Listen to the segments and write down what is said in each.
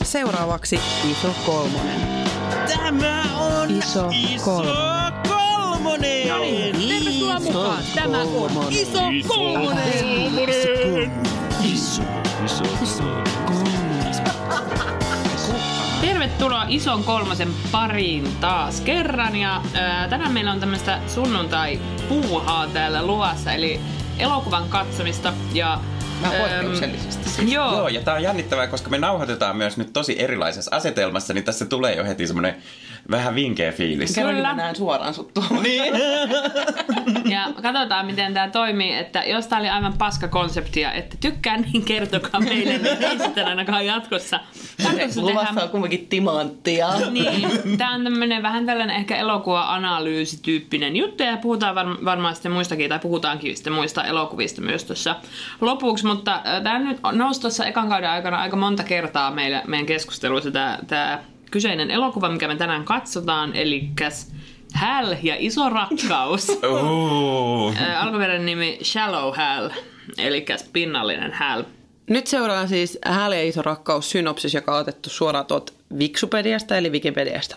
seuraavaksi Iso Kolmonen. Tämä on Iso Kolmonen. No niin, tervetuloa mukaan. Tämä on Iso Kolmonen. Tervetuloa Ison Kolmosen pariin taas kerran. Ja tänään meillä on tämmöistä sunnuntai-puuhaa täällä luvassa, eli elokuvan katsomista ja poikkeuksellisesti siis. Joo, ja tää on jännittävää, koska me nauhoitetaan myös nyt tosi erilaisessa asetelmassa, niin tässä tulee jo heti semmonen vähän vinkeä fiilis. Kerran mä näen suoraan sut tuolla. Niin. Ja katsotaan, miten tää toimii, että jos tää oli aivan paska konseptia, että tykkään, niin kertokaa meille, niin ei sitten ainakaan jatkossa. Luvassa on kuitenkin timanttia. Niin, tää on tämmönen vähän tällainen ehkä elokuva-analyysityyppinen juttu, ja puhutaan varmaan sitten muistakin, tai puhutaankin sitten muista elokuvista myös tuossa lopuksi, mutta tää nyt nousi tuossa ekan kauden aikana aika monta kertaa meidän keskusteluissa tää kyseinen elokuva, mikä me tänään katsotaan, eli Hal ja Iso Rakkaus. Alkuperäinen nimi Shallow Hal, eli pinnallinen Hal. Nyt seuraa siis Hal ja Iso Rakkaus -synopsis, joka on otettu suoraan tuolta Wiksupediasta eli Wikipediasta.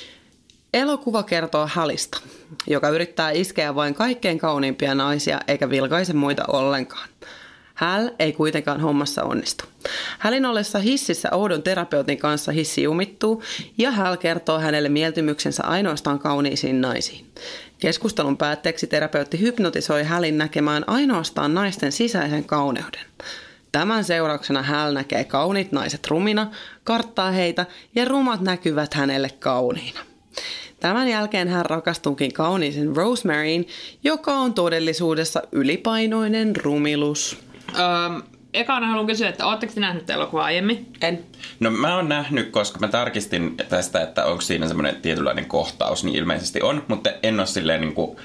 Elokuva kertoo Halista, joka yrittää iskeä vain kaikkein kauniimpia naisia eikä vilkaise muita ollenkaan. Hal ei kuitenkaan hommassa onnistu. Halin ollessa hississä oudon terapeutin kanssa hissi jumittuu ja Hal kertoo hänelle mieltymyksensä ainoastaan kauniisiin naisiin. Keskustelun päätteeksi terapeutti hypnotisoi Halin näkemään ainoastaan naisten sisäisen kauneuden. Tämän seurauksena Hal näkee kauniit naiset rumina, karttaa heitä ja rumat näkyvät hänelle kauniina. Tämän jälkeen hän rakastuukin kauniisen Rosemaryin, joka on todellisuudessa ylipainoinen rumilus. Ekana haluan kysyä, että ootteko te nähnyt elokuvaa aiemmin? En. No mä oon nähnyt, koska mä tarkistin tästä, että onko siinä semmoinen tietynlainen kohtaus, niin ilmeisesti on, mutta en ole silleen niinku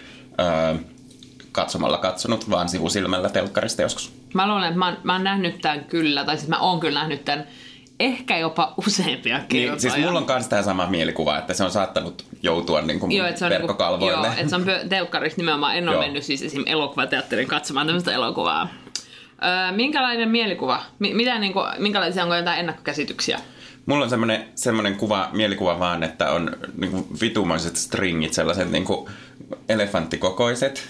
katsomalla katsonut, vaan sivusilmällä telkkarista joskus. Mä luulen, että mä oon nähnyt tämän kyllä, tai siis mä oon kyllä nähnyt tämän ehkä jopa useampia kertoja. Niin, siis mulla on myös tämä sama mielikuva, että se on saattanut joutua niinku verkkokalvoille. Joo, että se on telkkarista nimenomaan. En ole mennyt siis esimerkiksi elokuvateatterin katsomaan tämmöistä elokuvaa. Minkälainen mielikuva? Minkälaisia, onko jotain ennakkokäsityksiä? Mulla on semmoinen mielikuva vaan, että on niinku vitumoiset stringit, sellaiset niinku elefanttikokoiset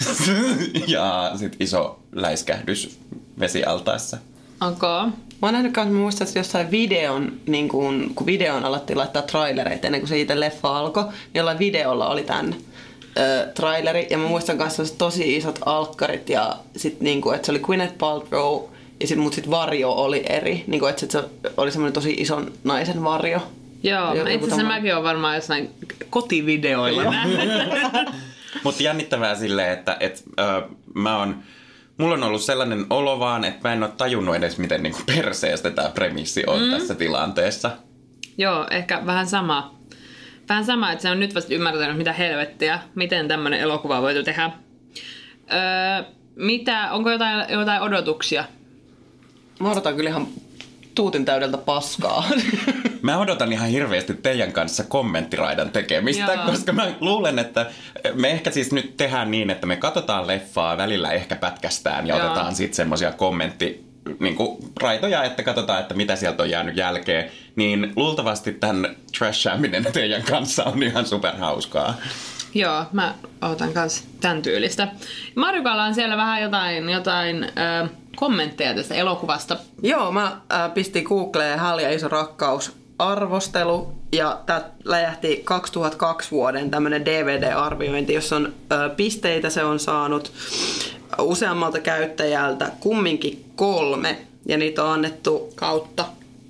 ja sit iso läiskähdys vesialtaassa. Okay. Mä oon nähnyt, että mä muistan, että jossain videon, niin kun videon alettiin laittaa trailereita ennen kuin se itse leffa alkoi, jollain videolla oli tämän traileri. Ja mä muistan kanssa tosi isot alkkarit ja sit niinku, että se oli Gwyneth Paltrow ja sit varjo oli eri. Niinku, että se oli semmoinen tosi ison naisen varjo. Joo, itse asiassa mäkin oon varmaan jossain kotivideoilla nähnyt. Mutta jännittävää silleen, että mulla on ollut sellainen olo vaan, että mä en ole tajunnut edes, miten niinku perseestä tämä premissi on tässä tilanteessa. Joo, ehkä vähän sama. Vähän sama, että se on nyt vasta ymmärtänyt, mitä helvettiä, miten tämmöinen elokuva voitu tehdä. Onko jotain odotuksia? Mä odotan kyllä ihan tuutin täydeltä paskaa. Mä odotan ihan hirveästi teidän kanssa kommenttiraidan tekemistä, koska mä luulen, että me ehkä siis nyt tehdään niin, että me katsotaan leffaa, välillä ehkä pätkästään ja otetaan sitten semmosia raitoja, että katsotaan, että mitä sieltä on jäänyt jälkeen. Niin luultavasti tämän trashaaminen teidän kanssa on ihan superhauskaa. Joo, mä odotan kanssa tämän tyylistä. Marjukalla on siellä vähän jotain kommentteja tästä elokuvasta. Joo, mä pistin Googleen Hal ja Iso Rakkaus -arvostelu, ja tää läjähti 2002 vuoden tämmönen DVD-arviointi, jossa on pisteitä. Se on saanut useammalta käyttäjältä kumminkin 3, ja niitä on annettu kautta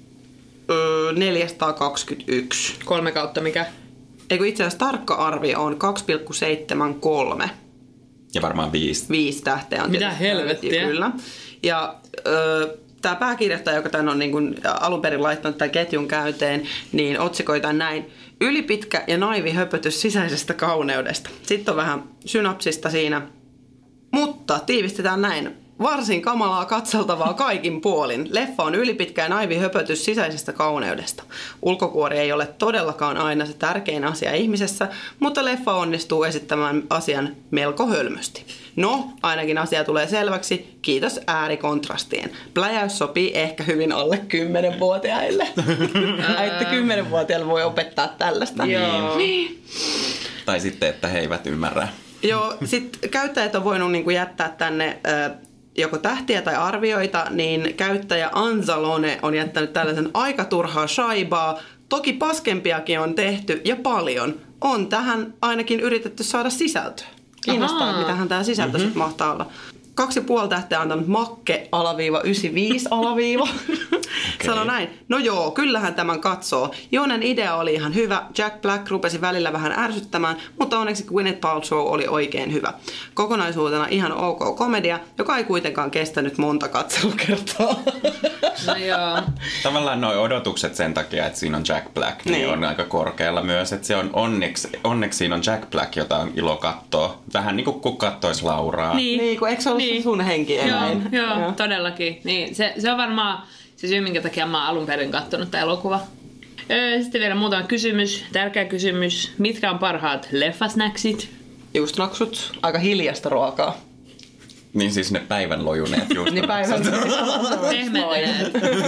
421. 3 kautta mikä? Eikö itse asiassa tarkka arvio on 2,73. Ja varmaan 5. 5 tähteä on. Mitä helvettiä? Kyllä. Ja tämä pääkirjoittaja, joka tämän on niin kuin alun perin laittanut tämän ketjun käynteen, niin otsikoita näin: ylipitkä ja naivi höpötys sisäisestä kauneudesta. Sitten on vähän synopsista siinä. Mutta tiivistetään näin. varsin kamalaa katseltavaa kaikin puolin. Leffa on ylipitkä ja naivi höpötys sisäisestä kauneudesta. Ulkokuori ei ole todellakaan aina se tärkein asia ihmisessä, mutta leffa onnistuu esittämään asian melko hölmösti. No, ainakin asia tulee selväksi, kiitos äärikontrastien. Pläjäys sopii ehkä hyvin alle 10-vuotiaille. Että 10-vuotiaille voi opettaa tällaista. Joo. Niin. Tai sitten, että he eivät ymmärrä. Joo, sitten käyttäjät on voinut niinku jättää tänne joko tähtiä tai arvioita, niin käyttäjä Anzalone on jättänyt tällaisen aika turhaa shaibaa. Toki paskempiakin on tehty ja paljon. On tähän ainakin yritetty saada sisältöä. Kiinnostaa, että mitähän tämä sisältö sitten mahtaa olla. 2,5 tähteä antanut Makke-95-. Sano näin. No joo, kyllähän tämän katsoo. Joonen idea oli ihan hyvä. Jack Black rupesi välillä vähän ärsyttämään, mutta onneksi Gwyneth Paltrow oli oikein hyvä. Kokonaisuutena ihan ok komedia, joka ei kuitenkaan kestänyt monta katselukertaa. No joo. Tavallaan nuo odotukset sen takia, että siinä on Jack Black, niin on aika korkealla myös. Että se on onneksi siinä on Jack Black, jota on ilo katsoa. Vähän niin kuin kun kattoisi Lauraa. Niin, kun eikö se ollut sun henki eläin? Joo, todellakin. Niin, se on varmaan se syy, minkä takia mä oon alun perin katsonut tämä elokuva. Sitten vielä muutama kysymys, tärkeä kysymys. Mitkä on parhaat leffasnacksit? Just naksut, aika hiljasta ruokaa. Niin siis ne päivän lojuneet just. Niin päivän Pehmetäneet.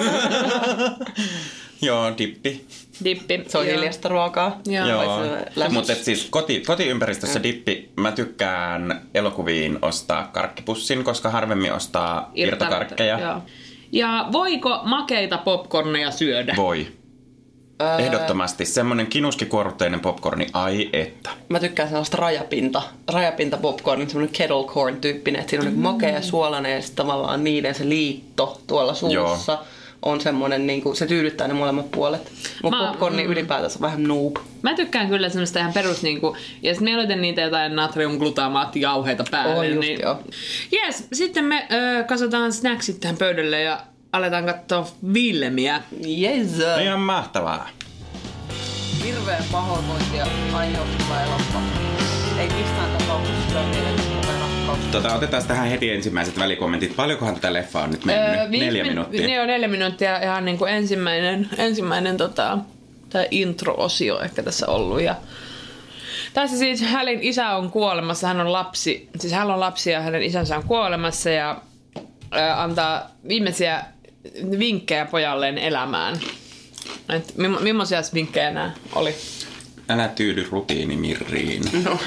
Joo, dippi. Dippi. Se on hiljasta ruokaa. Joo. Mutta siis kotiympäristössä dippi, mä tykkään elokuviin ostaa karkkipussin, koska harvemmin ostaa irtokarkkeja. Joo. Ja voiko makeita popcorneja syödä? Voi. Ehdottomasti. Semmoinen kinuskikuorrutteinen popcorni, ai että. Mä tykkään sellaista rajapinta popcornin, semmoinen kettle corn tyyppinen, että siinä on makea ja suolainen ja sitten tavallaan niiden se liitto tuolla suussa. Joo. On semmoinen, niin kuin, se tyydyttää ne molemmat puolet. Mutta popcorni ylipäätänsä on vähän noob. Mä tykkään kyllä semmoista ihan perus, niin kuin, ja sitten mieluiten niitä jotain natriumglutamaatijauheita päälle. Just, niin. joo. Yes, sitten me kasataan snacksit tähän pöydälle ja aletaan katsoa filmiä. Yes. Ihan mahtavaa. Hirveän pahoinvointia aiheuttava elokuva. Ei missään tapauksessa ole rakkautta. Otetaan tähän heti ensimmäiset välikommentit. Paljonkohan tätä leffaa on nyt mennyt? 4 minuuttia. Joo, 4 minuuttia. Ihan niin kuin ensimmäinen tämä intro-osio ehkä tässä ollut. Ja tässä siis Halin isä on kuolemassa. Hän on lapsi. Siis hän on lapsi ja hänen isänsä on kuolemassa ja antaa viimeisiä vinkkejä pojalleen elämään. Millaisia vinkkejä nämä oli? Älä tyydy rutiinimirriin. No.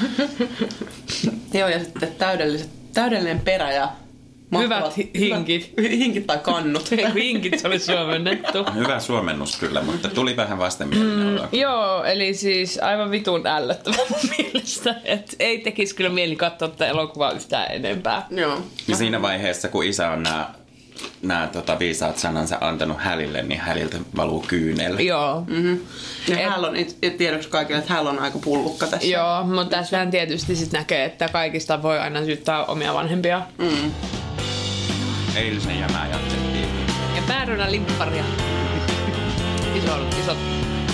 Joo, ja sitten täydellinen perä ja hyvät hinkit. Hinkit tai kannut. Hinkit se oli suomennettu. Hyvä suomennus kyllä, mutta tuli vähän vastenmielinen. Joo, eli siis aivan vitun ällöttävä mun mielestä. Et ei tekisi kyllä mieli katsoa tätä elokuvaa yhtään enempää. Joo. Ja siinä vaiheessa, kun isä on nämä viisaat sanansa antanut Halille, niin Halilta valuu kyynel. Joo. Mm-hmm. Ja Hal on, tiedoksi kaikille, että Hal on aika pullukka tässä. Joo, mutta tässähän tietysti sit näkee, että kaikista voi aina syyttää omia vanhempia. Mm. Eilisen jämää jatkettiin. Ja päärynä limpparia. Isot.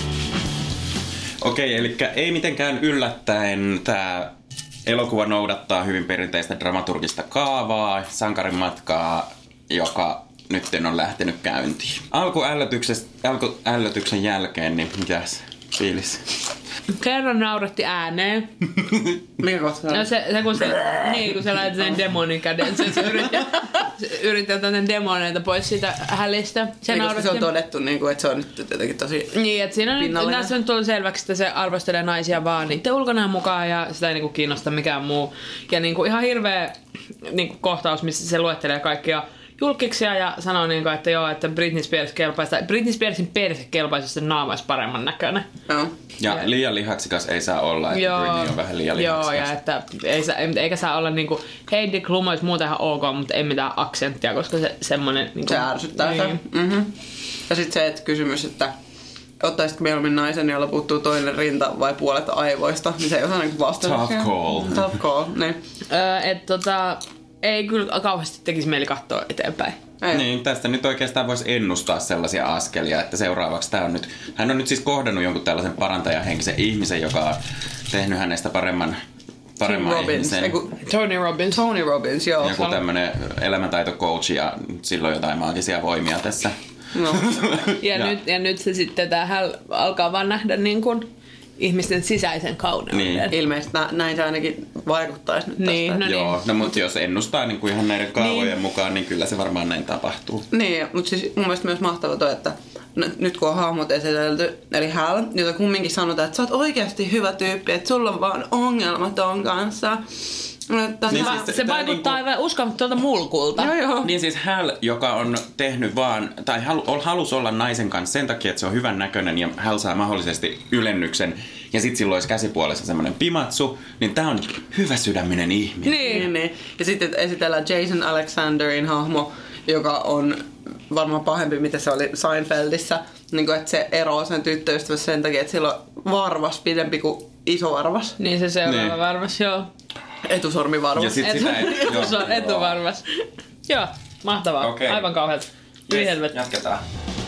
Okei, eli ei mitenkään yllättäen tämä elokuva noudattaa hyvin perinteistä dramaturgista kaavaa, sankarin matkaa, joka nyt on lähtenyt käyntiin. Alkuällötyksen jälkeen, niin mikäs fiilis? Kerran nauratti ääneen. Mikä kohta? No se kun se laittoi sen demonin käden, se yritti ottaa sen demoneita pois siitä Halista. Se on todettu, että se on nyt jotenkin tosi niin, että siinä tässä on tullut selväksi, että se arvostelee naisia vaan niiden ulkonäön mukaan ja sitä ei kiinnosta mikään muu. Ja ihan hirveä kohtaus, missä se luettelee kaikkia julkiksia ja sanoo, että joo, että Britney Spears kelpaisi, Britney Spearsin perse kelpaisi, jos sen naama olisi paremman näköinen. Joo. Ja liian lihaksikas ei saa olla, että Britney on vähän liian lihaksikas. Joo, ja että eikä saa olla Heidi Klum olisi muuten ihan ok, mutta ei mitään aksenttia, koska se semmoinen se ärsyttää sitä. Mm-hmm. Ja sitten se että kysymys, että ottaisitko mieluummin naisen, jolla puuttuu toinen rinta vai puolet aivoista, niin se ei osaa vastata. Tough call, niin. Ei kyllä kauheasti tekisi mieli katsoa eteenpäin. Ei. Niin, tästä nyt oikeastaan voisi ennustaa sellaisia askelia, että seuraavaksi hän on nyt siis kohdannut jonkun tällaisen parantajahenkisen ihmisen, joka on tehnyt hänestä paremman paremman Robbins. ihmisen. Tony Robbins, joo. Joku tämmönen elämäntaitocoach ja silloin jotain maagisia voimia tässä. No. ja nyt se sitten tähän alkaa vaan nähdä niin kuin ihmisten sisäisen kauneuden. Niin. Ilmeisesti näin se ainakin vaikuttaisi nyt Niin, tästä. no niin. Joo, no mutta jos ennustaa niin kuin ihan näiden kaavojen mukaan, niin kyllä se varmaan näin tapahtuu. Niin, mutta siis mun mielestä myös mahtavaa toi, että nyt kun on hahmot esitelty, eli Hal, jota kumminkin sanotaan, että sä oot oikeasti hyvä tyyppi, että sulla on vaan ongelma ton kanssa. Että Niin sä- siis Se vaikuttaa aivan uskomattomalta mulkulta. Joo. Niin siis Hal, joka on tehnyt vaan, tai halus olla naisen kanssa sen takia, että se on hyvän näköinen ja Hal saa mahdollisesti ylennyksen ja sit silloin olisi käsipuolessa semmoinen pimatsu, niin tää on hyvä sydäminen ihminen. Niin. Ja sitten esitellään Jason Alexanderin hahmo, joka on varmaan pahempi, mitä se oli Seinfeldissä. Niin kuin, että se eroaa sen tyttöystävässä sen takia, että sillä on varvas pidempi kuin iso varvas. Niin se seuraava Niin. varmas, joo. Etusormivarvas. Ja sit sitä ei... joo. Etuvarmas. Joo, mahtavaa. Okei. Aivan kauhealta. Yes, jatketaan.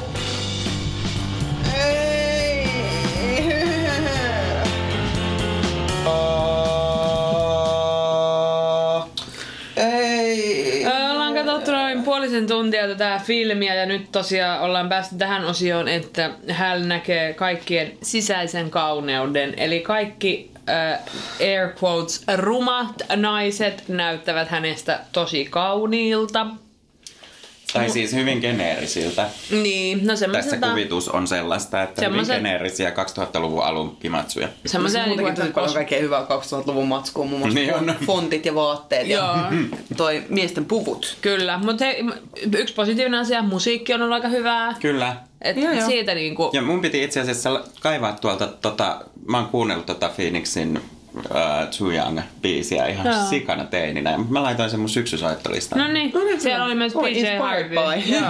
Ei. Ollaan katsottu noin puolisen tuntia tätä filmiä ja nyt tosiaan ollaan päästy tähän osioon, että Hal näkee kaikkien sisäisen kauneuden. Eli kaikki air quotes rumat naiset näyttävät hänestä tosi kauniilta. Tai siis hyvin geneerisiltä. Niin, no Tässä semmoiselta... kuvitus on sellaista, että hyvin geneerisiä 2000-luvun alun pimatsuja. Semmoisia Muutenkin niinku tosi paljon kaikkea hyvää 2000-luvun matskua, muun muassa Niin on. fontit ja vaatteet ja toi miesten puvut. Kyllä, mutta yksi positiivinen asia, musiikki on ollut aika hyvää. Kyllä. Et Joo. siitä niinku... Ja mun piti itse asiassa kaivaa tuolta, mä oon kuunnellut Phoenixin Too Young-biisiä ihan Joo. sikana teininä. Mä laitoin sen mun syksysoittolistaan. No niin, siellä oli myös Oli PJ inspired Harvey. by.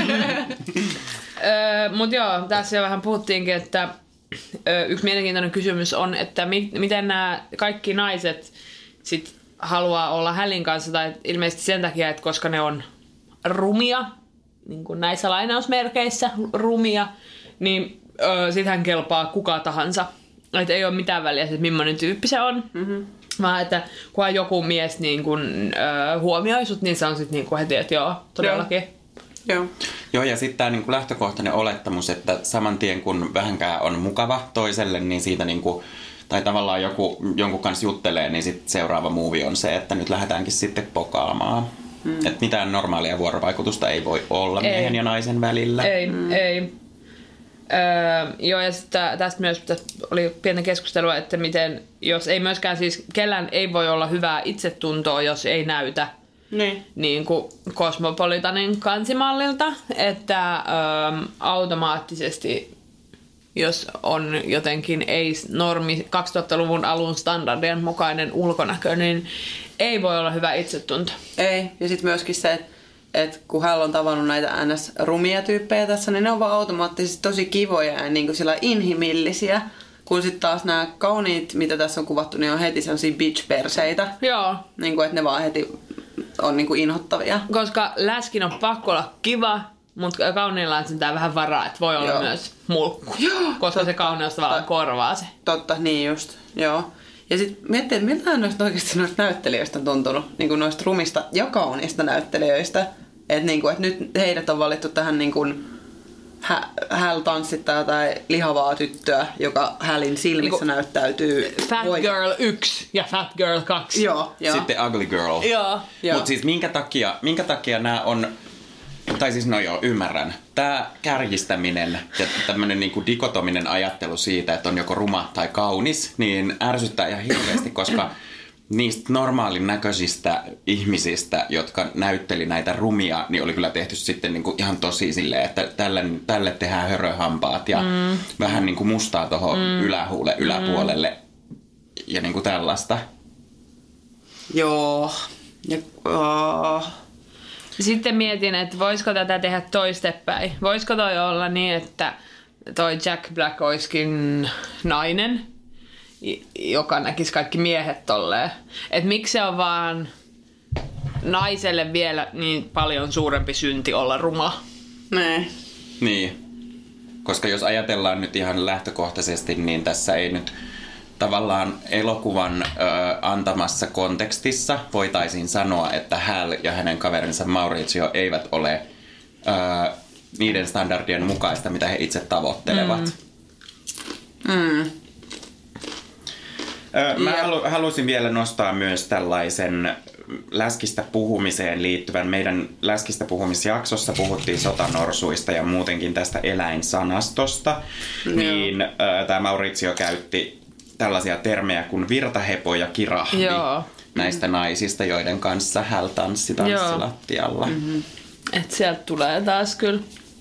Mut joo, tässä jo vähän puhuttiinkin, että yksi mielenkiintoinen kysymys on, että miten nämä kaikki naiset sit haluaa olla Halin kanssa, tai ilmeisesti sen takia, että koska ne on rumia, niin kuin näissä lainausmerkeissä rumia, niin sit hän kelpaa kuka tahansa. Että ei ole mitään väliä, että millainen tyyppi se on. Mm-hmm. Vaan että kunhan joku mies niin kun, huomioi sut, niin se on sitten niin heti, että joo, todellakin. Joo. Joo, ja sitten tämä niinku lähtökohtainen olettamus, että saman tien kun vähänkään on mukava toiselle, niin siitä niinku, tai tavallaan jonkun kanssa juttelee, niin sit seuraava movie on se, että nyt lähdetäänkin sitten pokaamaan. Että mitään normaalia vuorovaikutusta ei voi olla miehen ja naisen välillä. Ei. Joo, ja sitten tästä myös oli pientä keskustelua, että miten, jos ei myöskään siis, kellään ei voi olla hyvää itsetuntoa, jos ei näytä niin kuin Cosmopolitanin kansimallilta, että automaattisesti, jos on jotenkin ei-normi 2000-luvun alun standardien mukainen ulkonäkö, niin ei voi olla hyvä itsetunto. Ei, ja sitten myöskin se, että kun hän on tavannut näitä NS-rumia tyyppejä tässä, niin ne on vaan automaattisesti tosi kivoja ja niin kuin sillä inhimillisiä. Kun sitten taas nämä kauniit, mitä tässä on kuvattu, niin on heti sellaisia bitch-perseitä. Joo. Niin kuin, että ne vaan heti on niin kuin inhottavia. Koska läskin on pakko olla kiva, mutta kauniilla on sentään vähän varaa, että voi olla myös mulkku. Joo, koska se kauneus tavallaan korvaa se. Totta, niin just. Joo. Ja sitten miettii, että miltä noista oikeasti noista näyttelijöistä on tuntunut, niin kuin noista rumista ja kauniista näyttelijöistä. Että niin et nyt heidät on valittu tähän niin kuin Hal tanssittaa jotain lihavaa tyttöä, joka Halin silmissä niin näyttäytyy. Fat Girl 1 ja Fat Girl 2. Joo. Sitten Ugly Girl. Joo. Mutta siis minkä takia nämä on, tai siis no joo, ymmärrän. Tämä kärjistäminen ja tämmöinen niinku dikotominen ajattelu siitä, että on joko ruma tai kaunis, niin ärsyttää ihan hirveästi, koska niistä normaalin näköisistä ihmisistä, jotka näytteli näitä rumia, niin oli kyllä tehty sitten niinku ihan tosi silleen, että tälle tehdään höröhampaat ja vähän niinku mustaa tuohon yläpuolelle ja niinku tällaista. Joo. Ja, Sitten mietin, että voisiko tätä tehdä toistepäin. Voisiko toi olla niin, että toi Jack Black olisikin nainen, joka näkisi kaikki miehet tolleen. Että miksi se on vaan naiselle vielä niin paljon suurempi synti olla ruma? Nee. Niin, koska jos ajatellaan nyt ihan lähtökohtaisesti, niin tässä ei nyt tavallaan elokuvan antamassa kontekstissa voitaisiin sanoa, että Hal ja hänen kaverinsa Maurizio eivät ole niiden standardien mukaista, mitä he itse tavoittelevat. Mä halusin vielä nostaa myös tällaisen läskistä puhumiseen liittyvän. Meidän läskistä puhumisjaksossa puhuttiin sotanorsuista ja muutenkin tästä eläinsanastosta. Niin tämä Maurizio käytti tällaisia termejä kuin virtahepo ja kirahvi näistä naisista, joiden kanssa Hal tanssi tanssilattialla. Et sieltä tulee taas kyllä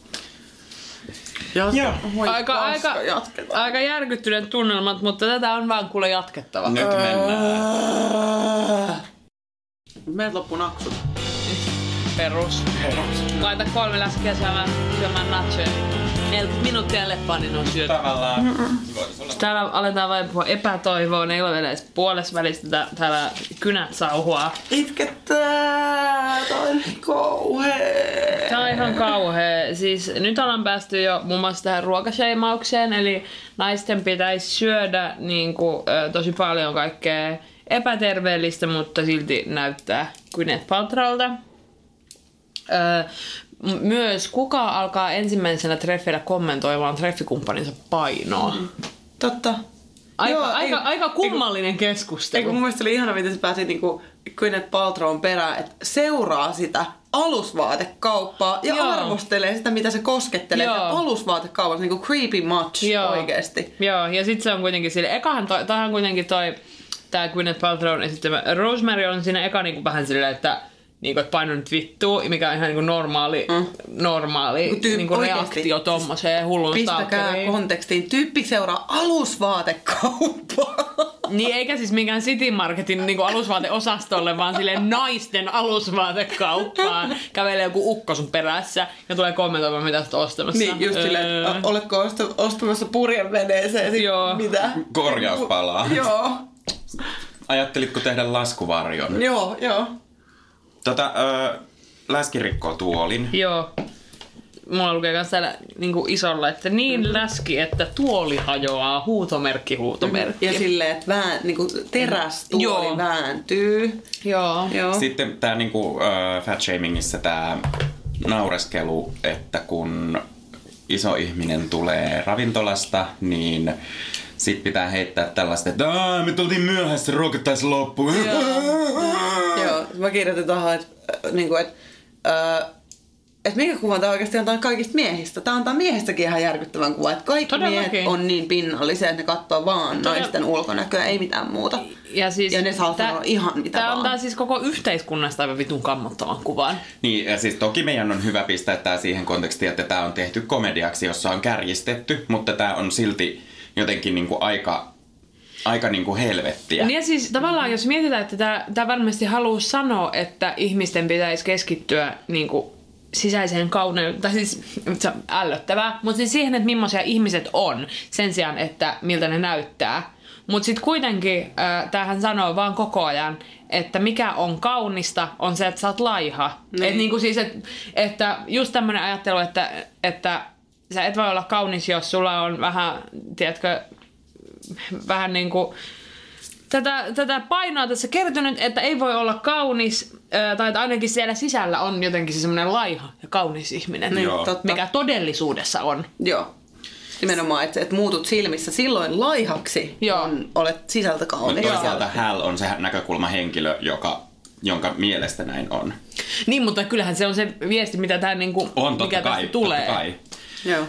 aika järkyttyneet tunnelmat, mutta tätä on vaan kuule jatkettava. Nyt mennään. Meiltä loppu naksut. Perus. Laita 3 läskiä syömään nachoja. 40 minuuttia leppaa, niin on syöty. Tavallaan. Täällä aletaan vain puhua epätoivoon. Ei ole vielä edes puolessa välistä. Täällä kynät sauhua. Itkettää. Tää on kauhea. Tää on ihan kauhea. Siis nyt ollaan päästy jo muun muassa tähän ruokasheimaukseen. Eli naisten pitäisi syödä niin kuin, tosi paljon kaikkea epäterveellistä, mutta silti näyttää Gwyneth Paltrowlta. Myös kuka alkaa ensimmäisenä treffeillä kommentoimaan treffikumppaninsa painoa? Totta. Aika kummallinen keskustelu. Eikö mun mielestä oli ihana, miten se pääsi niinku Gwyneth Paltrown perään, että seuraa sitä alusvaatekauppaa ja arvostelee sitä, mitä se koskettelee. Alusvaatekaupassa niinku creepy much oikeesti. Joo, ja sit se on kuitenkin sille, tämähän kuitenkin tää Gwyneth Paltrown esittämä Rosemary on siinä eka niinku vähän silleen, että niinku, et paino nyt vittuu, mikä on ihan niinku normaali niinku reaktio tommoseen hullun Pistäkää kontekstiin. Tyyppi seuraa alusvaatekauppaa. Niin, eikä siis minkään City Marketin niinku alusvaateosastolle, vaan silleen naisten alusvaatekauppaan. Kävelee joku ukko sun perässä ja tulee kommentoimaan, mitä sä oot ostamassa. Niin, just silleen, että oletko ostamassa purjeveneeseen? Joo. Mitä? Korjauspalaa. Joo. Ajattelitko tehdä laskuvarjon? Joo. Läski rikkoo tuolin. Joo. Mulla lukee myös täällä niinku isolla, että niin läski, että tuoli hajoaa, huutomerkki. Ja silleen, että niinku terästuoli vääntyy. Joo. Sitten tää niinku fat shamingissa tää naureskelu, että kun iso ihminen tulee ravintolasta, niin sit pitää heittää tällaista, että me tultiin myöhässä, ruoka taisi loppu. Joo, mä kirjoitin tuohon, että minkä kuvan tämä oikeasti antaa kaikista miehistä. Tämä antaa miehistäkin ihan järkyttävän kuvan, että kaikki miehet on niin pinnallisia, että ne katsoo vaan naisten ulkonäköä, ei mitään muuta. Ja ne saa sanoa ihan mitä vaan. Tämä antaa siis koko yhteiskunnasta aivan vitun kammottavan kuvan. Niin, ja siis toki meidän on hyvä pistää tämä siihen kontekstiin, että tämä on tehty komediaksi, jossa on kärjistetty, mutta tämä on silti jotenkin niinku aika niinku helvettiä. Niin ja siis tavallaan, jos mietitään, että tämä varmasti haluaa sanoa, että ihmisten pitäisi keskittyä niinku sisäiseen kauneuteen, tai siis se on ällöttävää, mutta siis siihen, että millaisia ihmiset on, sen sijaan, että miltä ne näyttää. Mutta sitten kuitenkin tämähän sanoo vaan koko ajan, että mikä on kaunista, on se, että sä oot laiha. Että niinku siis, että just tämmöinen ajattelu, että sä et voi olla kaunis, jos sulla on vähän, tiedätkö, vähän niinku tätä painoa tässä kertynyt, että ei voi olla kaunis, tai että ainakin siellä sisällä on jotenkin semmoinen laiha ja kaunis ihminen, mikä todellisuudessa on. Joo. Nimenomaan, että muutut silmissä silloin laihaksi, kun olet sisältä kaunis. Mutta toisaalta Hal on se näkökulmahenkilö, jonka mielestä näin on. Niin, mutta kyllähän se on se viesti, mitä tämä niinku, on, mikä tästä tulee. Totta kai. Joo.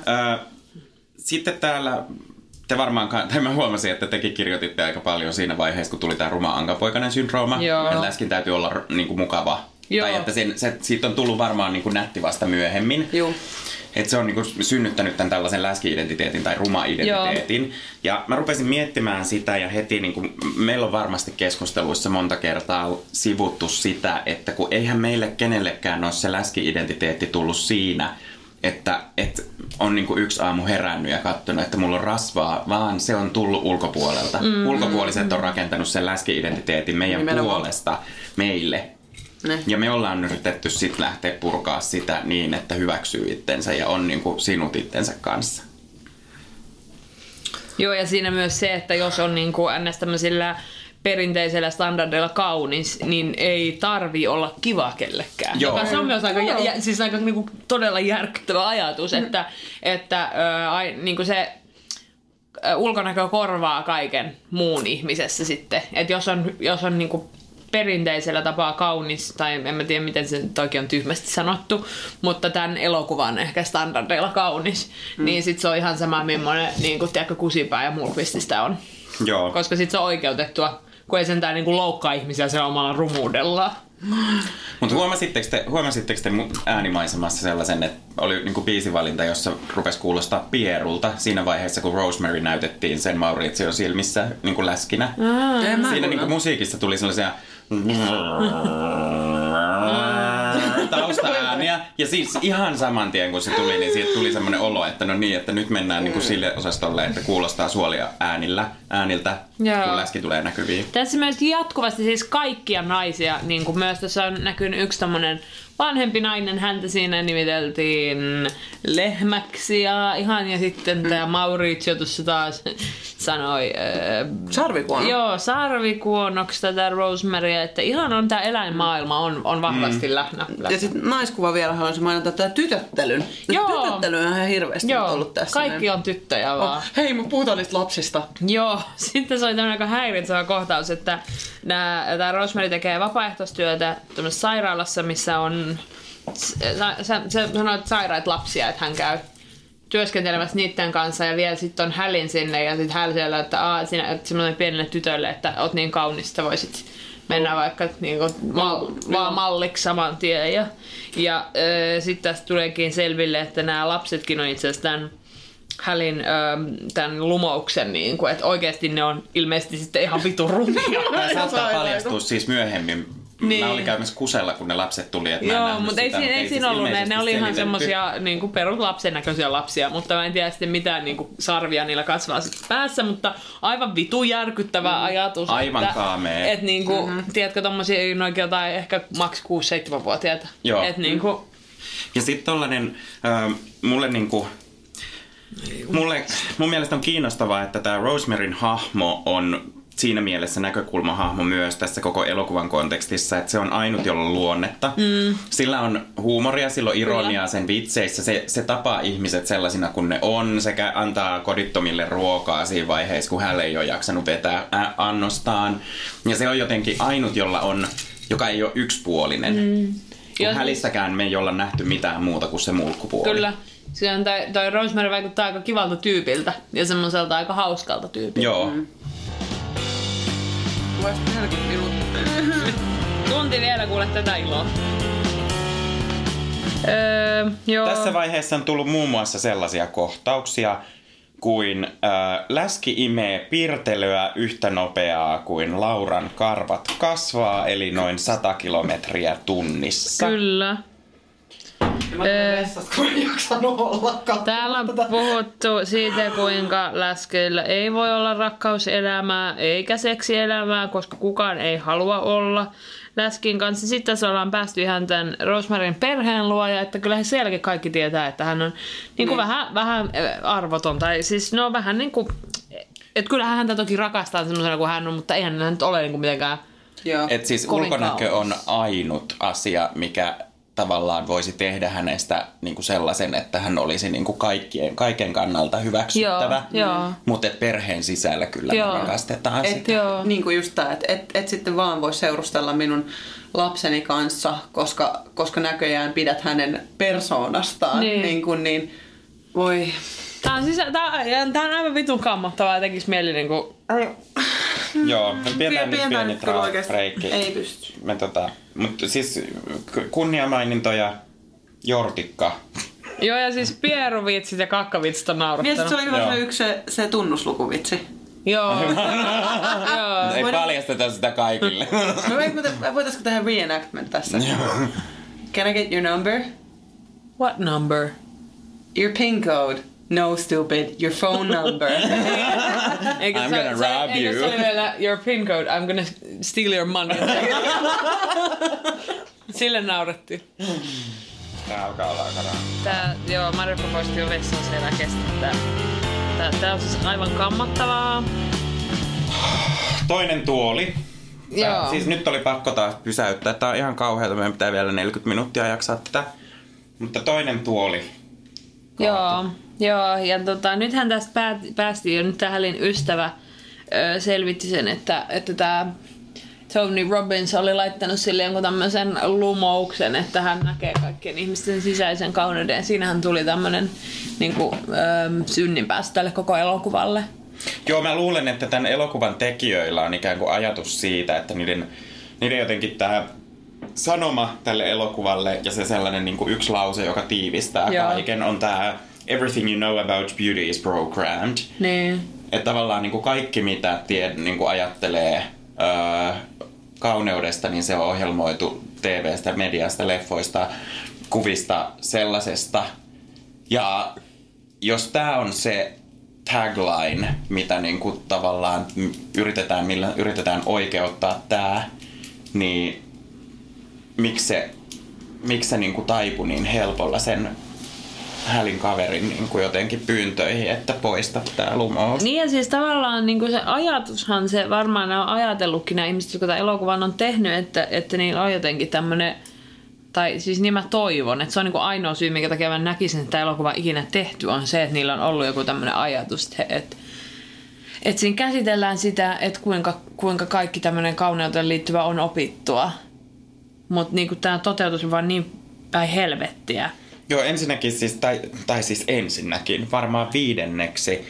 Sitten täällä te varmaan, tai mä huomasin, että tekin kirjoititte aika paljon siinä vaiheessa, kun tuli tämä ruma ankapoikainen syndrooma. Ja läskin täytyy olla niinku mukava. Joo. Tai että siitä on tullut varmaan niinku nätti vasta myöhemmin. Joo. Että se on niinku synnyttänyt tämän tällaisen läski-identiteetin tai ruma-identiteetin. Joo. Ja mä rupesin miettimään sitä ja heti niinku, meillä on varmasti keskusteluissa monta kertaa sivuttu sitä, että kun eihän meille kenellekään ole se läski-identiteetti tullut siinä, että on niinku yksi aamu herännyt ja katsonut, että mulla on rasvaa, vaan se on tullut ulkopuolelta. Ulkopuoliset on rakentanut sen läski-identiteetin meidän puolesta meille. Ne. Ja me ollaan yritetty sitten lähteä purkaa sitä niin, että hyväksyy itsensä ja on niinku sinut itsensä kanssa. Joo, ja siinä myös se, että jos on niin kuin ns. Tämmöisillä perinteisellä standardeilla kaunis, niin ei tarvi olla kiva kellekään. Joo. Joka se on myös aika, siis aika niin kuin todella järkyttävä ajatus, että niin kuin se ulkonäkö korvaa kaiken muun ihmisessä sitten. Että jos on niin kuin perinteisellä tapaa kaunis, tai en mä tiedä miten se toki on tyhmästi sanottu, mutta tämän elokuvan ehkä standardeilla kaunis, niin sit se on ihan sama millainen niin kuin tiedätkö, Kusipää ja Mulkvististä on. Joo. Koska sit se on oikeutettua, kun ei sentään niin kuin loukkaa ihmisiä sen omalla rumuudellaan. Mutta huomasitteko te äänimaisemassa sellaisen, että oli niinku biisivalinta, jossa rupesi kuulostaa Pierulta siinä vaiheessa, kun Rosemary näytettiin sen Maurition silmissä niinku läskinä. Siinä niinku musiikissa tuli sellaisia taustaääniä. Ja siis ihan saman tien kun se tuli, niin siitä tuli semmoinen olo, että no niin, että nyt mennään niinku sille osastolle, että kuulostaa suolia ääniltä, kun läski tulee näkyviin. Tässä myös jatkuvasti siis kaikkia naisia, niin kuin myös tässä on näkynyt yksi tommonen vanhempi nainen, häntä siinä nimiteltiin lehmäksi ja sitten tämä Mauricio tuossa taas sanoi sarvikuono. Joo, sarvikuonoksi tätä Rosemarya, että ihan on tämä eläinmaailma on vahvasti läsnä. Ja sitten naiskuva vielä haluaisin mainita tätä tytöttelyn. Joo. Tytöttely on ihan hirveästi ollut tässä. Kaikki on tyttöjä vaan. Hei, me puhutaan niistä lapsista. Joo, sitten se oli tämmöinen aika häiritsevä kohtaus, että tämä Rosemary tekee vapaaehtoistyötä tämmöisessä sairaalassa, missä on sä sanoit sairaat lapsia, että hän käy työskentelemässä niiden kanssa ja vielä sitten on Hälin sinne ja sitten Häl siellä, että sinä semmoinen pienelle tytölle, että oot niin kaunis, että voisit mennä vaikka niinku vaan malliksi saman tien. Ja sitten tästä tuleekin selville, että nämä lapsetkin on itse asiassa tämän Hälin tämän lumouksen, niin kuin, että oikeasti ne on ilmeisesti sitten ihan vitun rumia. Tämä saattaa paljastua siis myöhemmin. Niin. Mä olin käymässä kusella, kun ne lapset tuli. Että joo, mutta ei siinä ollut ne oli ihan semmosia niin perus lapsen näköisiä lapsia, mutta mä en tiedä sitten mitään niin kuin sarvia niillä kasvaa päässä, mutta aivan vitun järkyttävä ajatus. Aivan kaamea. Että niin kuin, tiedätkö tommosia noin jotain ehkä maks 6-7-vuotiaita. Joo. Et, niin kuin... Ja sitten tollanen, mulle niinku... Mun mielestä on kiinnostavaa, että tämä Rosemaryn hahmo on siinä mielessä näkökulmahahmo myös tässä koko elokuvan kontekstissa, että se on ainut, jolla on luonnetta. Sillä on huumoria, sillä on ironiaa sen vitseissä. Se tapaa ihmiset sellaisina kuin ne on, sekä antaa kodittomille ruokaa siinä vaiheessa, kun hän ei ole jaksanut vetää annostaan. Ja se on jotenkin ainut, joka ei ole yksipuolinen. Hälissäkään me ei olla nähty mitään muuta kuin se mulkkupuoli. Kyllä. Toi Rosemary vaikuttaa aika kivalta tyypiltä ja semmoiselta aika hauskalta tyypiltä. Joo. Vasta 40 minuuttia. Tunti vielä kuule tätä iloa. Joo. Tässä vaiheessa on tullut muun muassa sellaisia kohtauksia kuin läski imee pirtelöä yhtä nopeaa kuin Lauran karvat kasvaa, eli noin 100 kilometriä tunnissa. Kyllä. Täällä on puhuttu siitä, kuinka läskeillä ei voi olla rakkauselämää eikä seksielämää, koska kukaan ei halua olla läskin kanssa. Sitten tässä ollaan päästy ihan tämän Rosemaryn perheen luo, ja että kyllähän sielläkin kaikki tietää, että hän on niin kuin vähän arvoton. Tai siis no vähän niin kuin, että kyllähän häntä toki rakastaa semmoisena kuin hän on, mutta eihän hän nyt ole niin kuin mitenkään. Että siis ulkonäkö on ainut asia, mikä tavallaan voisi tehdä hänestä niin kuin sellaisen, että hän olisi niin kuin kaiken kannalta hyväksyttävä. Mutta perheen sisällä kyllä me rakastetaan sitä. Niin kuin just tämä, että et sitten vaan voi seurustella minun lapseni kanssa, koska näköjään pidät hänen persoonastaan. Niin voi... Tämä on aivan vitun kammottavaa ja tekisi mieli niin kuin... Joo, me pidetään nyt pieni breikki. Ei pysty. Mutta siis kunniamainintoja, Jortikka. Joo, ja siis pieruvitsit ja kakkavitsit on naurattanut. Niin, se oli hyvä se tunnuslukuvitsi. Joo. Ei paljasteta sitä kaikille. Voitaisko tehdä reenactment tässä? Can I get your number? What number? Your PIN code. No, stupid. Your phone number. I'm gonna rob you. Eikö se oli vielä your PIN code? I'm gonna steal your money. Sille naurettiin. Tää alkaa olla aika Joo, Marippa poisti jo vessan siellä kestää. Tää on siis aivan kammottavaa. Toinen tuoli. Joo. Siis nyt oli pakko taas pysäyttää. Tää on ihan kauheata. Meidän pitää vielä 40 minuuttia jaksaa tätä. Mutta toinen tuoli. Joo. Ja nythän tästä päästiin jo. Nyt tää Hälin ystävä selvitti sen, että tää Tony Robbins oli laittanut sille jonkun tämmöisen lumouksen, että hän näkee kaikkien ihmisten sisäisen kauneuden. Siinähän tuli tämmönen niinku, synninpäästö tälle koko elokuvalle. Joo, mä luulen, että tämän elokuvan tekijöillä on ikään kuin ajatus siitä, että niiden jotenkin tämä sanoma tälle elokuvalle ja se sellainen niin kuin yksi lause, joka tiivistää kaiken, on tämä Everything you know about beauty is programmed. Niin. Että tavallaan niin kuin kaikki, mitä niin kuin ajattelee kauneudesta, niin se on ohjelmoitu TV:stä, mediasta, leffoista, kuvista, sellaisesta. Ja jos tämä on se tagline, mitä niinku tavallaan millä yritetään oikeuttaa tää, niin miksi se niinku taipui niin helpolla sen Hälin kaverin niinku jotenkin pyyntöihin, että poista tää lumous. Niin ja siis tavallaan niinku se ajatushan se varmaan on ajatellutkin nämä ihmiset, jotka tämän elokuvan on tehnyt, että niillä on jotenkin tämmönen, tai siis niin mä toivon, että se on niinku ainoa syy, minkä takia mä näkisin, että tämä elokuva ikinä tehty, on se, että niillä on ollut joku tämmöinen ajatus, että siinä käsitellään sitä, että kuinka kaikki tämmöinen kauneuteen liittyvä on opittua. Mutta niinku tämä toteutus on vaan niin päin helvettiä. Joo, ensinnäkin siis, tai siis ensinnäkin, varmaan viidenneksi,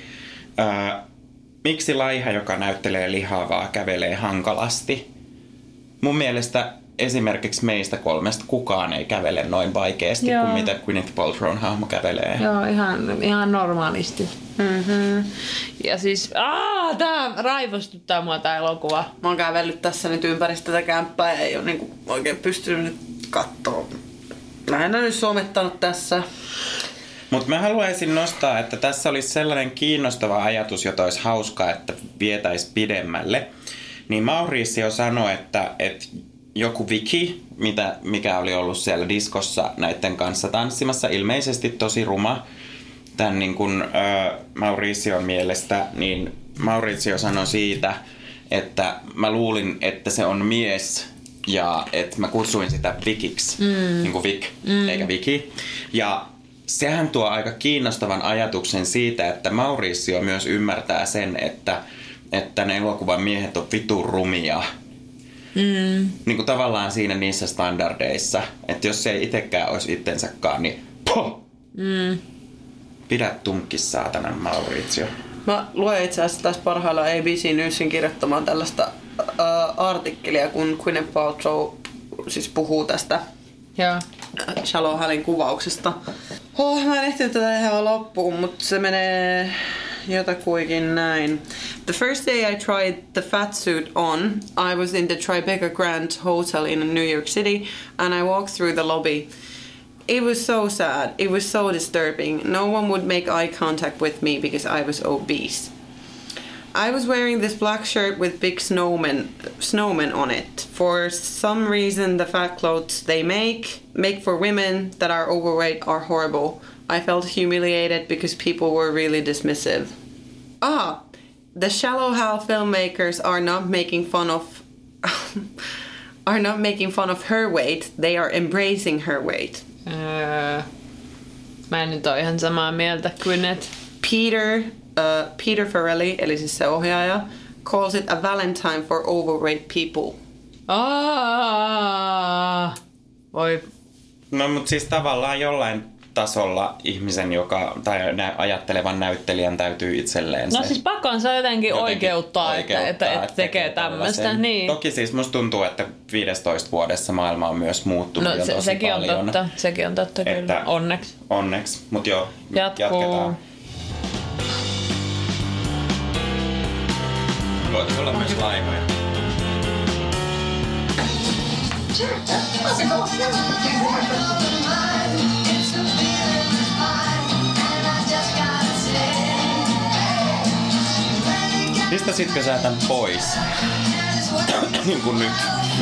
miksi laiha, joka näyttelee lihavaa, kävelee hankalasti? Mun mielestä esimerkiksi meistä kolmesta kukaan ei kävele noin vaikeasti kuin mitä Gwyneth Paltrown hahmo kävelee. Joo, ihan normaalisti. Mm-hmm. Ja siis, tää raivostuttaa mua tää elokuva. Mä oon kävellyt tässä nyt ympäri tätä kämppää ja ei oo niinku oikein pystynyt nyt kattoo. Lähinnä nyt somettanut tässä. Mutta mä haluaisin nostaa, että tässä olisi sellainen kiinnostava ajatus, jota olisi hauskaa, että vietäisi pidemmälle. Niin Mauricio sanoi, että joku Vicky, mikä oli ollut siellä diskossa näiden kanssa tanssimassa, ilmeisesti tosi ruma, tämän niin kuin, Mauricion mielestä, niin Mauricio sanoi siitä, että mä luulin, että se on mies ja että mä kutsuin sitä Vikiksi, niin kuin Vik, eikä Viki. Ja sehän tuo aika kiinnostavan ajatuksen siitä, että Mauricio myös ymmärtää sen, että ne elokuvan miehet on vitun rumia. Niin kuin tavallaan siinä niissä standardeissa, että jos se ei itsekään olisi itsensäkaan, niin pidä tunkkis saatana Mauricio. Mä luen itse asiassa tässä parhaillaan ABC Newsin kirjoittamaan tällaista artikkelia, kun Gwyneth Paltrow siis puhuu tästä Shallow Halin kuvauksesta. Mä en ehtinyt tätä ihan loppuun, mutta se menee jotakuinkin näin. The first day I tried the fat suit on, I was in the Tribeca Grand Hotel in New York City and I walked through the lobby. It was so sad. It was so disturbing. No one would make eye contact with me because I was obese. I was wearing this black shirt with big snowmen on it. For some reason, the fat clothes they make for women that are overweight are horrible. I felt humiliated because people were really dismissive. The Shallow Hal filmmakers are not making fun of her weight. They are embracing her weight. Mä en nyt ole ihan samaa mieltä kuin et. Peter Farrelly, eli siis se ohjaaja, calls it a Valentine for overweight people. Voi. No mutta siis tavallaan jollain tasolla ihmisen, tai ajattelevan näyttelijän täytyy itselleen No siis pakkohan se jotenkin oikeuttaa, että tekee tämmöistä. Niin. Toki siis musta tuntuu, että 15 vuodessa maailma on myös muuttunut jo tosi sekin paljon. On totta. Sekin on totta kyllä. Onneksi. Mut joo, jatketaan. Voitaisiin olla myös laivoja. Pistäisitkö sä tän pois? Niin kuin nyt.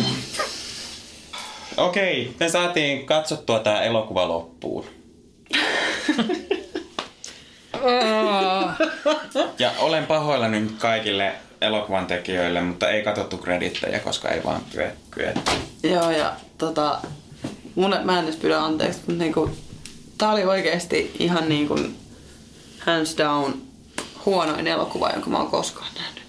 Okei, me saatiin katsottua tää elokuva loppuun. Ja olen pahoillani nyt kaikille elokuvan tekijöille, mutta ei katsottu kredittejä, koska ei vaan kyetty. Joo, ja mä en edes pyydä anteeksi, mutta niinku, tää oli oikeesti ihan niinku hands down huonoin elokuva, jonka mä oon koskaan nähnyt.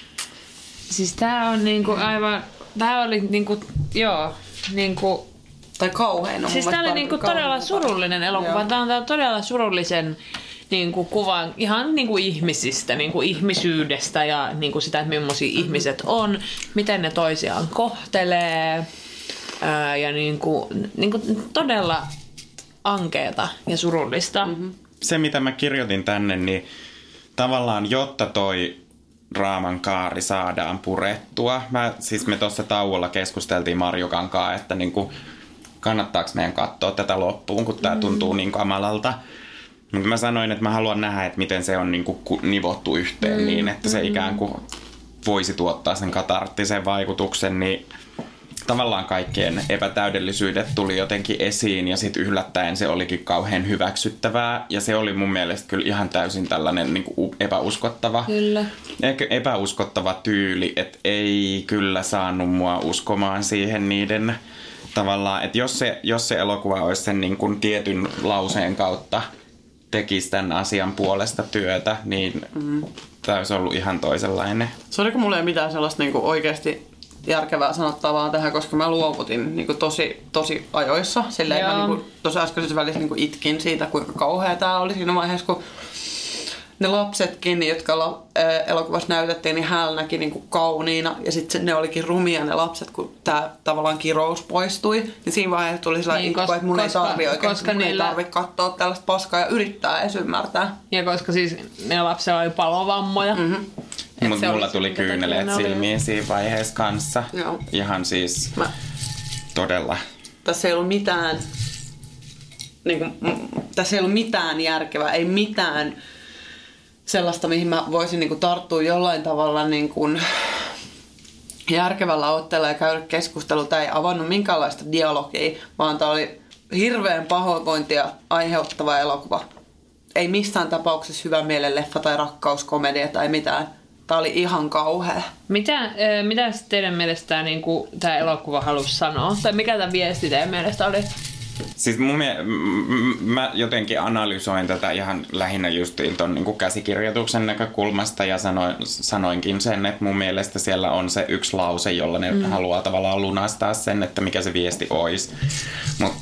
Siis tää on niinku aivan... Tää oli niinku... Joo, niinku... Tai kauhein on. Siis tää oli niinku todella surullinen elokuva. Joo. Tää on todella surullisen niinku kuvan ihan niinku ihmisistä, niinku ihmisyydestä ja niinku sitä, että millaisia ihmiset on, miten ne toisiaan kohtelee ja niinku todella ankeeta ja surullista. Se, mitä mä kirjoitin tänne, niin tavallaan jotta toi draaman kaari saadaan purettua. Me tuossa tauolla keskusteltiin Marjukan kanssa, että niinku, kannattaako meidän katsoa tätä loppuun, kun tää tuntuu niin kamalalta. Mutta mä sanoin, että mä haluan nähdä, että miten se on niinku nivottu yhteen niin, että se ikään kuin voisi tuottaa sen katarttisen vaikutuksen, niin tavallaan kaikkien epätäydellisyydet tuli jotenkin esiin ja sitten yllättäen se olikin kauhean hyväksyttävää ja se oli mun mielestä kyllä ihan täysin tällainen niinku epäuskottava. Kyllä. Epäuskottava tyyli, että ei kyllä saanut mua uskomaan siihen niiden tavallaan, että jos se elokuva olisi sen niin kuin tietyn lauseen kautta tekisi tämän asian puolesta työtä, niin tämä olisi ollut ihan toisenlainen. Sorry, mulla ei mitään sellaista niinku oikeasti järkevää sanottavaa tähän, koska mä luovutin niinku tosi ajoissa. Silleen mä niinku, tuossa äskeisessä välissä niinku itkin siitä, kuinka kauhea tää oli siinä vaiheessa, kun ne lapsetkin, jotka elokuvassa näytettiin, niin Hal näki niinku kauniina. Ja sitten ne olikin rumia ne lapset, kun tää tavallaan kirous poistui. Niin siinä vaiheessa tuli sellainen itku, että mun ei tarvi katsoa tällaista paskaa ja yrittää edes ymmärtää. Ja koska siis ne lapsilla oli palovammoja. Mutta mulla tuli kyyneleet silmiin siinä vaiheessa kanssa. Joo. Ihan siis todella. Tässä ei ollut mitään, tässä ei ollut mitään järkevää, ei mitään sellaista, mihin mä voisin tarttua jollain tavalla järkevällä otteella ja käydä keskustelua. Tämä ei avannut minkäänlaista dialogia, vaan tämä oli hirveän pahoinvointia aiheuttava elokuva. Ei missään tapauksessa hyvä mielen leffa tai rakkauskomedia tai mitään. Tämä oli ihan kauhea. Mitä teidän mielestä tämä elokuva halusi sanoa? Tai mikä tämä viesti teidän mielestä oli? Siis mä jotenkin analysoin tätä ihan lähinnä justiin ton niin kuin käsikirjoituksen näkökulmasta ja sanoinkin sen, että mun mielestä siellä on se yksi lause, jolla ne haluaa tavallaan lunastaa sen, että mikä se viesti olisi. Mutta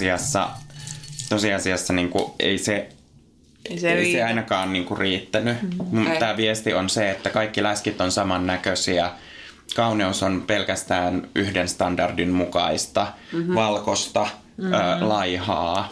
tosiasiassa niin kuin ei se ainakaan niin kuin riittänyt. Tämä viesti on se, että kaikki läskit on samannäköisiä. Kauneus on pelkästään yhden standardin mukaista, valkoista, laihaa.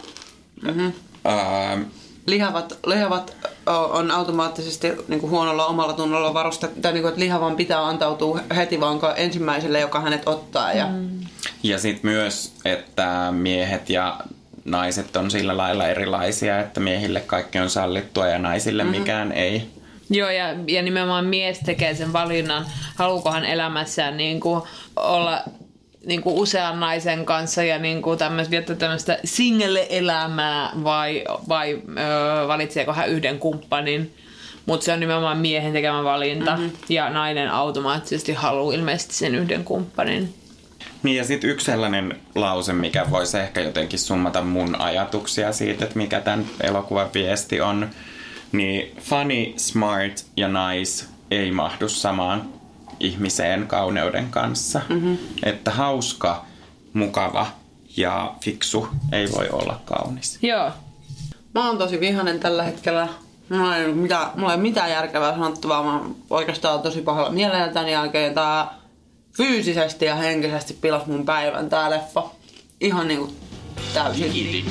Lihavat on automaattisesti niinku huonolla omalla tunnolla varustettu, tai niinku, että lihavan pitää antautua heti vaan ensimmäiselle, joka hänet ottaa. Ja sitten myös, että miehet ja naiset on sillä lailla erilaisia, että miehille kaikki on sallittua ja naisille mikään ei. Joo, ja nimenomaan mies tekee sen valinnan, haluukohan elämässään olla usean naisen kanssa ja viettää tämmöistä single-elämää vai valitseeko hän yhden kumppanin. Mutta se on nimenomaan miehen tekemä valinta ja nainen automaattisesti haluaa ilmeisesti sen yhden kumppanin. Niin ja sitten yksi sellainen lause, mikä voisi ehkä jotenkin summata mun ajatuksia siitä, että mikä tämän elokuvan viesti on, niin funny, smart ja nice ei mahdu samaan ihmiseen kauneuden kanssa. Että hauska, mukava ja fiksu ei voi olla kaunis. Joo. Mä oon tosi vihainen tällä hetkellä. Mulla ei ole mitään järkevää sanottavaa. Mä oikeastaan tosi pahalla mielellä tämän jälkeen. Tää fyysisesti ja henkisesti pilasi mun päivän tää leffa. Ihan niinku täysin.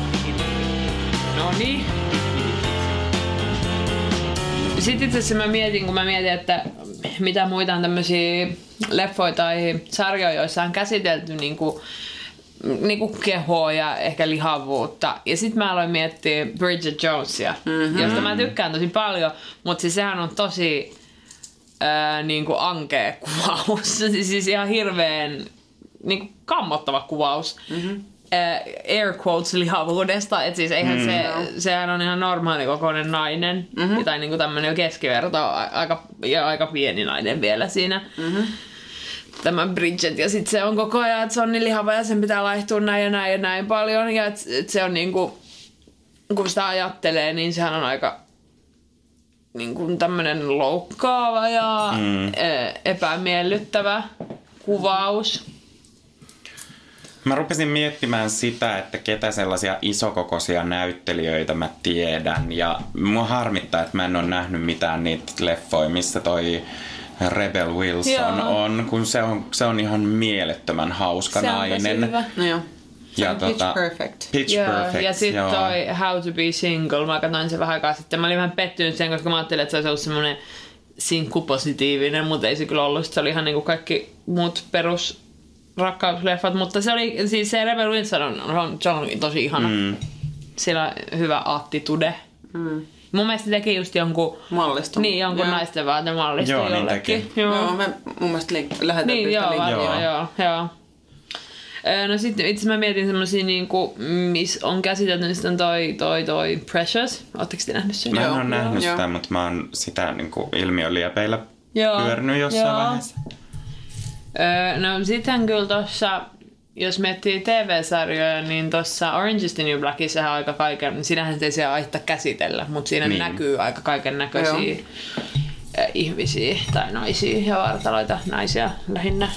No niin. Sitten itse asiassa kun mä mietin, että mitä muita on tämmösiä leffoja tai sarjoja, joissa on käsitelty niinku kehoa ja ehkä lihavuutta. Ja sit mä aloin miettiä Bridget Jonesia, josta mä tykkään tosi paljon, mutta siis sehän on tosi ankea kuvaus. Siis ihan hirveän kammottava kuvaus. air quotes lihavuudesta, että siis eihän sehän on ihan normaali kokoinen nainen, tai niinku tämmönen keskiverto, aika pieni nainen vielä siinä. Tämä Bridget, ja sitten se on koko ajan, että se on niin lihava ja sen pitää laihtua näin ja näin ja näin paljon, ja et se on niinku, kun sitä ajattelee, niin sehän on aika niinku tämmönen loukkaava ja epämiellyttävä kuvaus. Mä rupesin miettimään sitä, että ketä sellaisia isokokoisia näyttelijöitä mä tiedän, ja mua harmittaa, että mä en ole nähnyt mitään niitä leffoja, missä toi Rebel Wilson on, kun se on ihan mielettömän hauska nainen. Se on hyvä. No joo. Ja Pitch Perfect. Pitch Perfect, ja sitten toi How to be Single, mä katsoin sen vähän aikaa sitten. Mä olin vähän pettynyt sen, koska mä ajattelin, että se olisi ollut semmoinen sinkkupositiivinen, mutta ei se kyllä ollut. Se oli ihan niinku kaikki muut perus rakkausleffat, mutta se oli, siis se Rebel Wilson on tosi ihana. Sillä on hyvä attitude. Mun mielestä teki just jonkun malliston. Niin, jonkun naisten vaatemalliston joo, jollekin. Niin joo, me mun mielestä lähetettiin niin, sitä linkkiä. Joo. No sitten itse mä mietin semmosia niinku, missä on käsitelty, niin sitten toi Precious. Ootteko te nähnyt sen? Mä en ole nähnyt sitä, mutta mä oon sitä niinku ilmiöliepeillä pyörinyt jossain vaiheessa. No sittenhän kyllä tossa, jos miettii TV-sarjoja, niin tossa Orange is the New Blackissa on aika kaiken, sinähän ei siellä aitta käsitellä, mutta siinä näkyy aika kaiken näköisiä ihmisiä tai naisia ja vartaloita, naisia lähinnä.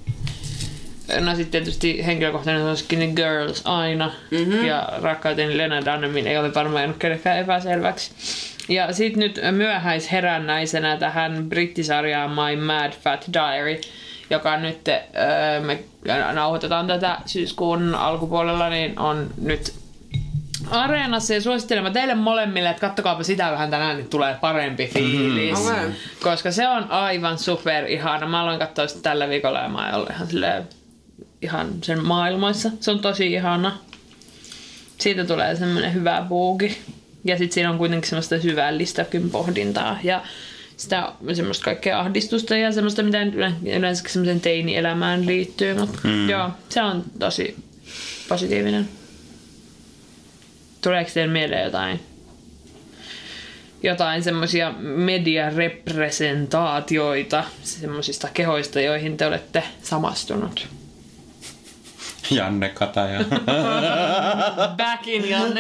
No sitten tietysti henkilökohtainen olisikin ne Girls aina. Ja rakkauteni Lena Dunhamin ei ole varmaan jäänyt kenenkään epäselväksi. Ja sitten nyt myöhäisherännäisenä tähän brittisarjaan My Mad Fat Diary, joka nyt me nauhoitetaan tätä syyskuun alkupuolella, niin on nyt Areenassa, ja suosittelen teille molemmille, että kattokaapa sitä vähän tänään, niin tulee parempi fiilis. Koska se on aivan super ihana. Mä aloin katsoa sitä tällä viikolla ja mä olen ihan sen maailmoissa. Se on tosi ihana. Siitä tulee semmoinen hyvä buuki. Ja sit siinä on kuitenkin semmoista syvällistäkin pohdintaa. Ja sitä semmoista kaikkea ahdistusta ja semmoista, mitä yleensä semmoisen teini-elämään liittyy. Mutta joo, se on tosi positiivinen. Tuleeko teille mieleen jotain semmoisia mediarepresentaatioita semmoisista kehoista, joihin te olette samastunut? Janne Kataja. Back in Janne.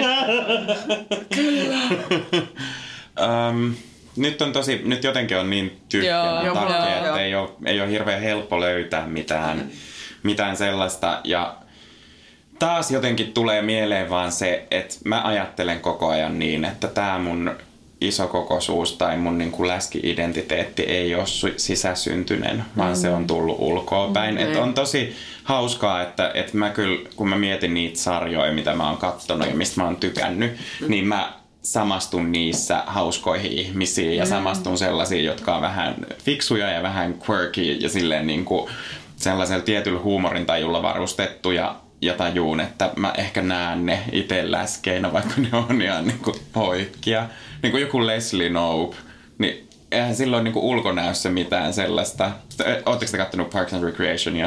Nyt jotenkin on niin tyhjänä takia, että ei ole hirveän helppo löytää mitään sellaista. Ja taas jotenkin tulee mieleen vaan se, että mä ajattelen koko ajan niin, että tää mun isokokoisuus tai mun niinku läski-identiteetti ei ole sisäsyntyinen, vaan se on tullut ulkoapäin. Et on tosi hauskaa, että mä kyllä, kun mä mietin niitä sarjoja, mitä mä oon kattonut ja mistä mä oon tykännyt, niin mä samastun niissä hauskoihin ihmisiin ja samastun sellaisiin, jotka on vähän fiksuja ja vähän quirky ja silleen niinku sellaisella tietyllä huumorintajulla varustettu ja tajuun, että mä ehkä näen ne itse läskeinä, vaikka ne on ihan niinku poikkia. Niinku joku Leslie Knope, niin eihän silloin niinku ulkonäössä mitään sellaista. Ootteko te kattonut Parks and Recreationia?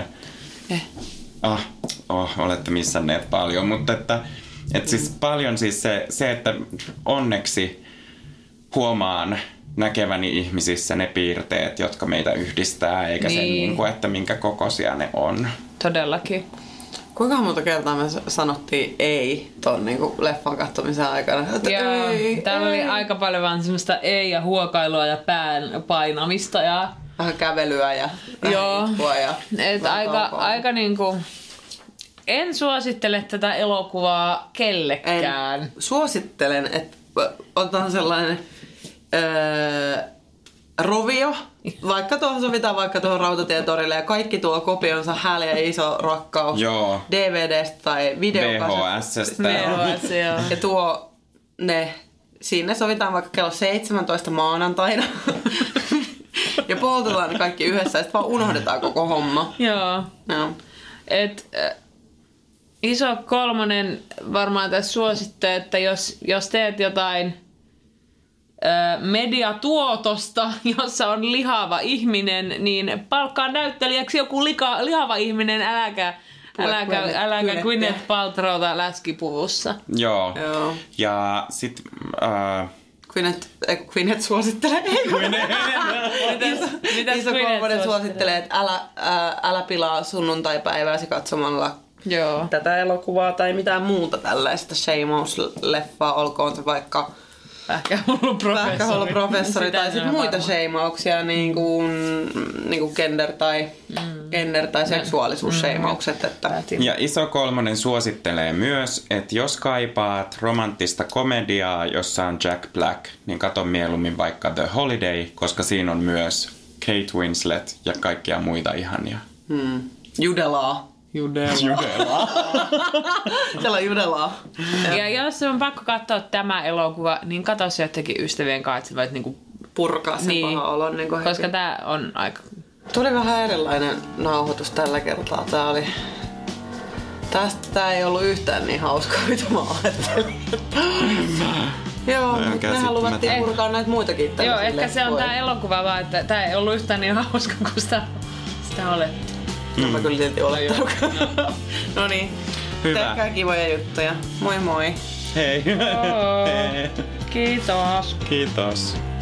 Olette missanneet paljon, mutta että siis paljon siis se, että onneksi huomaan näkeväni ihmisissä ne piirteet, jotka meitä yhdistää, eikä sen niin kuin, että minkä kokoisia ne on. Todellakin. Kuinka monta kertaa me sanottiin ei ton niinku leffan katsomisen aikana? Joo, täällä oli aika paljon vaan semmoista ei ja huokailua ja pään painamista ja vähän kävelyä ja itkua ja aika niinku en suosittele tätä elokuvaa kellekään. Suosittelen, että otetaan sellainen rovio, vaikka tuohon sovitaan vaikka tuohon Rautatietorille ja kaikki tuo kopionsa Hääl ja iso rakkaus DVDstä tai VHS:stä. VHS, joo. Ja tuo ne, sinne sovitaan vaikka kello 17 maanantaina. Ja poltetaan ne kaikki yhdessä ja sitten vaan unohdetaan koko homma. Joo. No. Iso kolmonen varmaan tässä suosittaa, että jos teet jotain mediatuotosta, jossa on lihava ihminen, niin palkkaa näyttelijäksi joku lihava ihminen, Äläkä Gwyneth Paltrowta läskipuvussa. Joo. Ja sit... Gwyneth suosittelee. Iso Kolmonen suosittelee, että älä pilaa sunnuntaipäivääsi katsomalla tätä elokuvaa tai mitään muuta tällaista shamehouse-leffaa, olkoon se vaikka Pähkähullu professori tai sitten muita shameauksia, niin kuin gender tai seksuaalisuus-shameaukset. Ja Iso Kolmonen suosittelee myös, että jos kaipaat romanttista komediaa, jossa on Jack Black, niin kato mieluummin vaikka The Holiday, koska siinä on myös Kate Winslet ja kaikkia muita ihania. Judelaa. Siellä on judelaa. Ja jos on pakko katsoa tämä elokuva, niin katso se jotenkin ystävien kanssa, että sä voit niinku purkaa sen paha olon. Niin koska tää on aika... Tuli vähän erilainen nauhoitus tällä kertaa. Tää ei ollut yhtään niin hauskaa, mitä mä ajattelin. Joo, mutta mehän luvattiin purkaa näitä muitakin. Joo, ehkä se on tää elokuva vaan, että tää ei ollut yhtään niin hauska kuin sitä olettiin. Mä kyllä silti olettanutkaan. Noniin. Hyvä. Tehkää kivoja juttuja. Moi moi. Hei. Kiitos. Kiitos.